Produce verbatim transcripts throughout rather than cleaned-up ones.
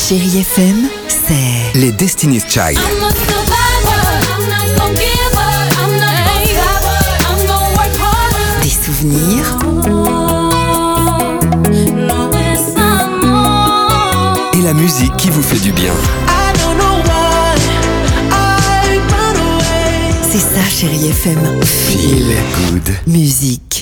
Chérie F M, c'est les Destiny's Child. Des souvenirs Et la musique qui vous fait du bien. C'est ça, Chérie F M. Feel good. Musique.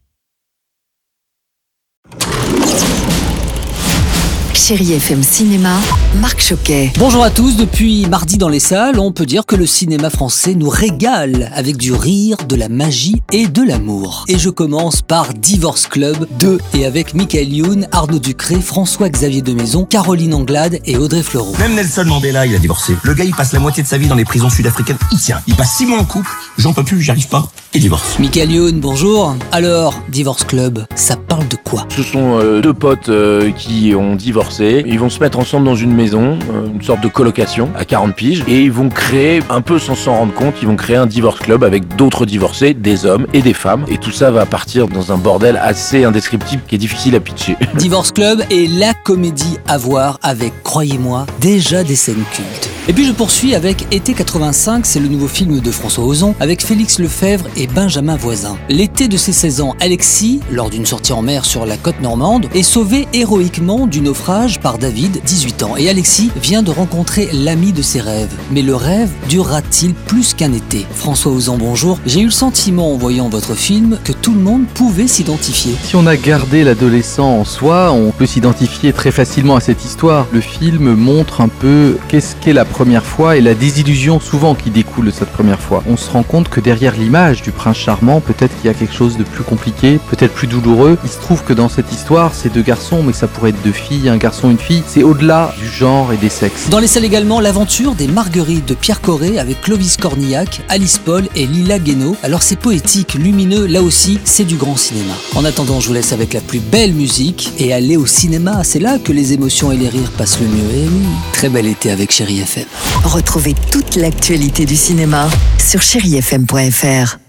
Chérie F M Cinéma, Marc Choquet. Bonjour à tous, depuis mardi dans les salles, on peut dire que le cinéma français nous régale avec du rire, de la magie et de l'amour. Et je commence par Divorce Club deux, et avec Michael Youn, Arnaud Ducré, François-Xavier Demaison, Caroline Anglade et Audrey Fleurot. Même Nelson Mandela, il a divorcé. Le gars, il passe la moitié de sa vie dans les prisons sud-africaines. Il tient. Il passe six mois en couple. J'en peux plus, j'y arrive pas. Il divorce. Michael Youn, bonjour. Alors, Divorce Club, ça parle de quoi ? Ce sont euh, deux potes euh, qui ont divorcé. Ils vont se mettre ensemble dans une maison, euh, une sorte de colocation à quarante piges, et ils vont créer, un peu sans s'en rendre compte, ils vont créer un divorce club avec d'autres divorcés, des hommes et des femmes. Et tout ça va partir dans un bordel assez indescriptible qui est difficile à pitcher. Divorce Club est la comédie à voir avec, croyez-moi, déjà des scènes cultes. Et puis je poursuis avec Été quatre-vingt-cinq, c'est le nouveau film de François Ozon, avec Félix Lefebvre et Benjamin Voisin. L'été de ses seize ans, Alexis, lors d'une sortie en mer sur la côte normande, est sauvé héroïquement du naufrage par David, dix-huit ans. Et Alexis vient de rencontrer l'ami de ses rêves. Mais le rêve durera-t-il plus qu'un été ? François Ozon, bonjour. J'ai eu le sentiment en voyant votre film que tout le monde pouvait s'identifier. Si on a gardé l'adolescent en soi, on peut s'identifier très facilement à cette histoire. Le film montre un peu qu'est-ce qu'est la première fois et la désillusion souvent qui découle de cette première fois. On se rend compte que derrière l'image du prince charmant, peut-être qu'il y a quelque chose de plus compliqué, peut-être plus douloureux. Il se trouve que dans cette histoire, c'est deux garçons, mais ça pourrait être deux filles, un garçon, une fille. C'est au-delà du genre et des sexes. Dans les salles également, l'aventure des Marguerites de Pierre Corré avec Clovis Cornillac, Alice Paul et Lila Guénaud. Alors c'est poétique, lumineux, là aussi, c'est du grand cinéma. En attendant, je vous laisse avec la plus belle musique et allez au cinéma. C'est là que les émotions et les rires passent le mieux. Et oui, très bel été avec Chérie F M. Retrouvez toute l'actualité du cinéma sur chérie f m point f r.